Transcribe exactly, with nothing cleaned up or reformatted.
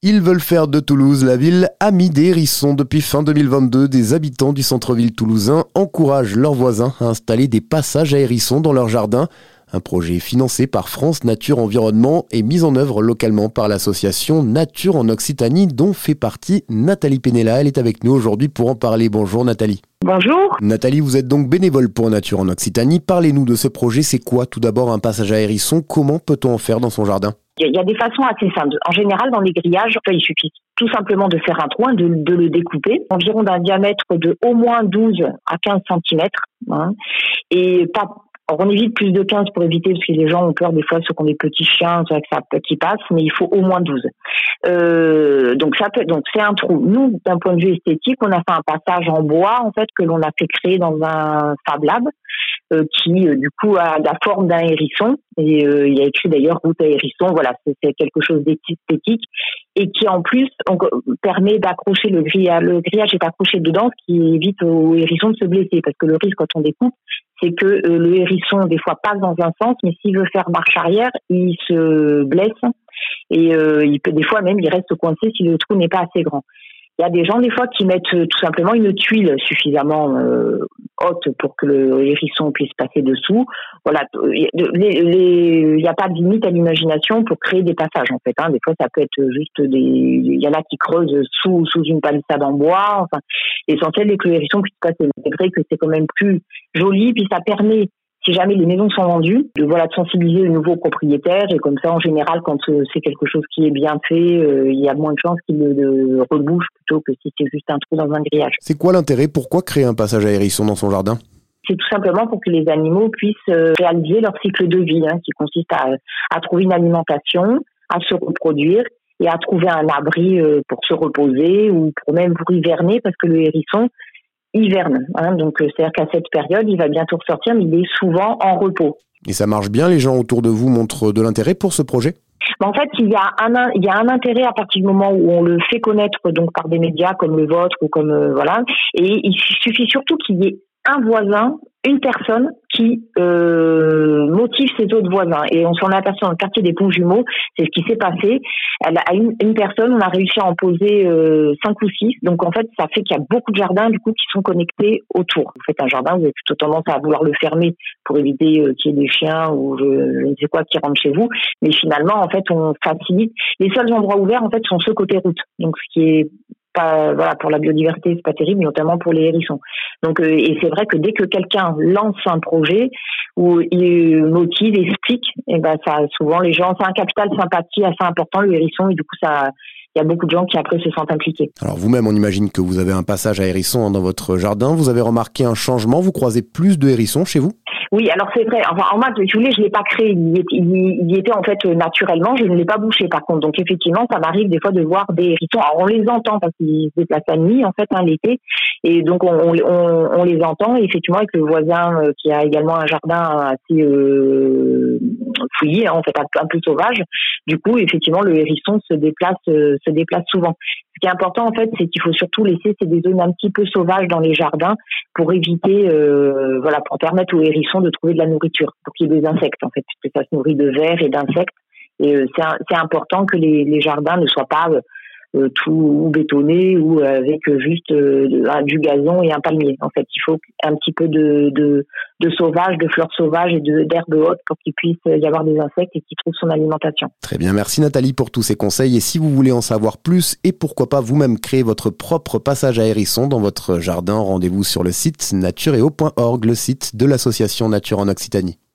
Ils veulent faire de Toulouse la ville amie des hérissons. Depuis fin deux mille vingt-deux, des habitants du centre-ville toulousain encouragent leurs voisins à installer des passages à hérissons dans leur jardin. Un projet financé par France Nature Environnement et mis en œuvre localement par l'association Nature en Occitanie, dont fait partie Nathalie Penella. Elle est avec nous aujourd'hui pour en parler. Bonjour Nathalie. Bonjour. Nathalie, vous êtes donc bénévole pour Nature en Occitanie. Parlez-nous de ce projet. C'est quoi tout d'abord un passage à hérissons? Comment peut-on en faire dans son jardin? Il y a des façons assez simples. En général, dans les grillages, il suffit tout simplement de faire un trou, de, de le découper, environ d'un diamètre de au moins douze à quinze centimètres. Hein, et pas, on évite plus de quinze pour éviter, parce que les gens ont peur des fois, ceux qui ont des petits chiens, c'est vrai que ça qui passe, mais il faut au moins douze. Euh, donc ça peut, donc c'est un trou. Nous, d'un point de vue esthétique, on a fait un passage en bois, en fait, que l'on a fait créer dans un Fab Lab. Euh, qui euh, du coup a la forme d'un hérisson et euh, il y a écrit d'ailleurs route à hérisson, voilà, c'est, c'est quelque chose d'esthétique et qui en plus donc, permet d'accrocher le grillage. Le grillage est accroché dedans, ce qui évite au hérisson de se blesser, parce que le risque quand on découpe, c'est que euh, le hérisson des fois passe dans un sens, mais s'il veut faire marche arrière, il se blesse et euh, il peut des fois même il reste coincé si le trou n'est pas assez grand. Il y a des gens des fois qui mettent tout simplement une tuile suffisamment euh, haute pour que le hérisson puisse passer dessous. Voilà, il n'y a pas de limite à l'imagination pour créer des passages en fait. Hein. Des fois, ça peut être juste des. Il y en a qui creusent sous sous une palissade en bois. Enfin, l'essentiel est que le hérisson puisse passer. C'est vrai que c'est quand même plus joli, puis ça permet. Si jamais les maisons sont vendues, de voilà de sensibiliser le nouveau propriétaire et comme ça en général quand euh, c'est quelque chose qui est bien fait, euh, il y a moins de chances qu'il le, le rebouche plutôt que si c'est juste un trou dans un grillage. C'est quoi l'intérêt? Pourquoi créer un passage à hérissons dans son jardin? C'est tout simplement pour que les animaux puissent euh, réaliser leur cycle de vie, hein, qui consiste à, à trouver une alimentation, à se reproduire et à trouver un abri euh, pour se reposer ou pour même pour hiverner, parce que le hérisson hiverne, hein, donc c'est-à-dire qu'à cette période, il va bientôt ressortir, mais il est souvent en repos. Et ça marche bien? Les gens autour de vous montrent de l'intérêt pour ce projet? En fait, il y a un il y a un intérêt à partir du moment où on le fait connaître donc par des médias comme le vôtre ou comme euh, voilà, et il suffit surtout qu'il y ait un voisin, une personne qui euh, motive ses autres voisins. Et on s'en est aperçu dans le quartier des Ponts-Jumeaux, c'est ce qui s'est passé. Elle a une, une personne, on a réussi à en poser euh, cinq ou six. Donc en fait, ça fait qu'il y a beaucoup de jardins du coup qui sont connectés autour. Vous faites un jardin, vous avez plutôt tendance à vouloir le fermer pour éviter euh, qu'il y ait des chiens ou je, je ne sais quoi qui rentrent chez vous. Mais finalement, en fait, on facilite. Les seuls endroits ouverts, en fait, sont ceux côté route. Donc ce qui est pas, voilà, pour la biodiversité, c'est pas terrible, notamment pour les hérissons. Donc, euh, et c'est vrai que dès que quelqu'un lance un projet où il motive, explique, et ben ça, souvent les gens, c'est un capital sympathie assez important le hérisson, et du coup ça, il y a beaucoup de gens qui après se sentent impliqués. Alors vous-même, on imagine que vous avez un passage à hérissons dans votre jardin. Vous avez remarqué un changement? Vous croisez plus de hérissons chez vous? Oui, alors c'est vrai. Enfin, en mode, je voulais, je l'ai pas créé. Il y, était, il y était en fait naturellement. Je ne l'ai pas bouché par contre. Donc effectivement, ça m'arrive des fois de voir des hérissons. Alors on les entend parce qu'ils se déplacent la nuit en fait, hein, l'été, et donc on, on, on les entend. Et effectivement, avec le voisin euh, qui a également un jardin assez euh, fouillé, hein, en fait, un, un peu sauvage. Du coup, effectivement, le hérisson se déplace, euh, se déplace souvent. Ce qui est important en fait, c'est qu'il faut surtout laisser ces des zones un petit peu sauvages dans les jardins pour éviter, euh, voilà, pour permettre aux hérissons de trouver de la nourriture, pour qu'il y ait des insectes en fait, puisque ça se nourrit de vers et d'insectes. Et euh, c'est, un, c'est important que les, les jardins ne soient pas euh, tout ou bétonnés ou avec juste euh, du gazon et un palmier. En fait, il faut un petit peu de, de, de sauvage, de fleurs sauvages et de, d'herbes hautes pour qu'il puisse y avoir des insectes et qu'il trouve son alimentation. Très bien, merci Nathalie pour tous ces conseils. Et si vous voulez en savoir plus et pourquoi pas vous-même créer votre propre passage à hérissons dans votre jardin, rendez-vous sur le site natureo point org, le site de l'association Nature en Occitanie.